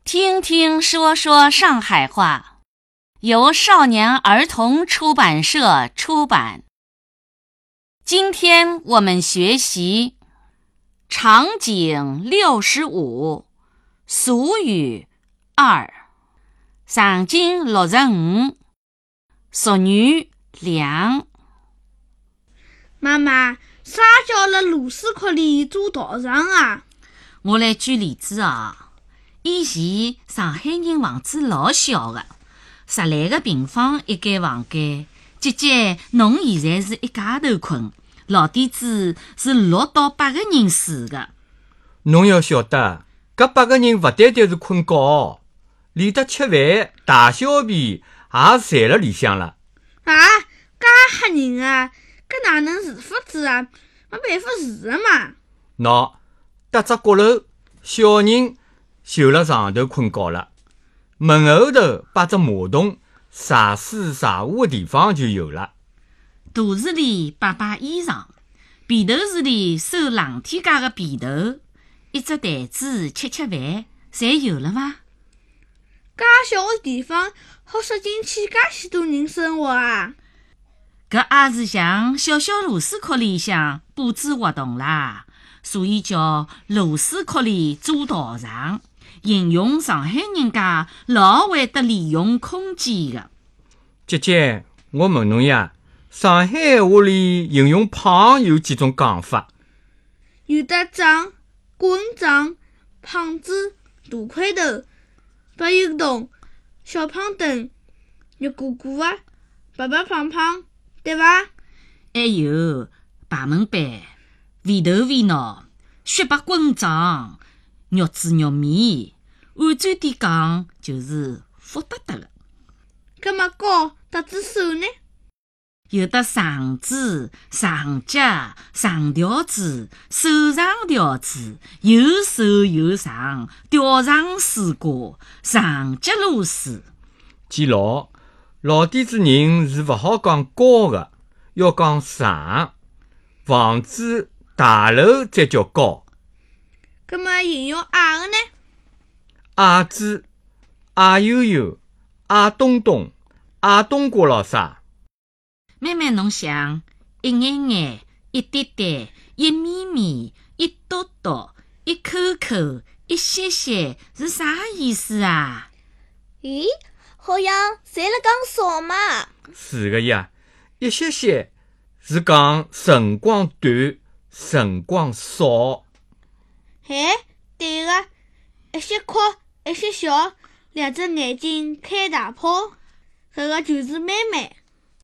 听听说说上海话，由少年儿童出版社出版。今天我们学习场景65，俗语2，场景65，俗语2。 妈妈，啥叫辣螺丝壳里做道场啊？ 我来举例子啊。以前上海人房子老小的，10来个平方一间房间。姐姐，侬现在是一家头困，老底子是6到8个人住的。 侬要晓得，搿8个人勿单单是困觉，连得吃饭、大小便也侪辣里向了。 啊，介吓人啊！搿哪能住法子啊？没办法住的嘛。 喏，搭只阁楼，小人就辣床头困觉了。门后头摆只马桶，茶水茶壶的地方就有了。 肚子里摆衣裳，被头池里收冷天家的被头，一只台子吃饭，侪有了伐？ 介小的地方好塞进去介许多人生活啊！ 搿也是像小小螺丝壳里向布置活动啦，所以叫螺丝壳里做道场，形容上海人家老会得利用空间的。 姐姐，我问侬呀，上海闲话里形容胖有几种讲法？ 有的胀、滚胀、胖子、大块头、白有洞、小胖墩、肉鼓鼓啊、白白胖胖，对伐？ 还有排门板、肥头肥脑、血白滚胀、肉猪肉面，婉转点讲就是福得得的。 搿么高搭子手呢？ 有的上子、上脚、上条子、手上条子，又瘦又长，吊上丝瓜，上脚螺丝。 记牢，老底子人是勿好讲高的，要讲长。房子、大楼才叫高。 搿么形容矮的呢？ 矮子、矮悠悠、矮咚咚、矮冬瓜咾啥？ 慢慢侬想，一眼眼、一点点、一咪咪、一嘟嘟、一口口、一些些是啥意思啊？ 咦，好像侪辣讲少嘛。 是的呀，一些些是讲辰光短、辰光少。 哎，对个，一些阔，一些小，两只眼睛开大炮，搿个就是妹妹。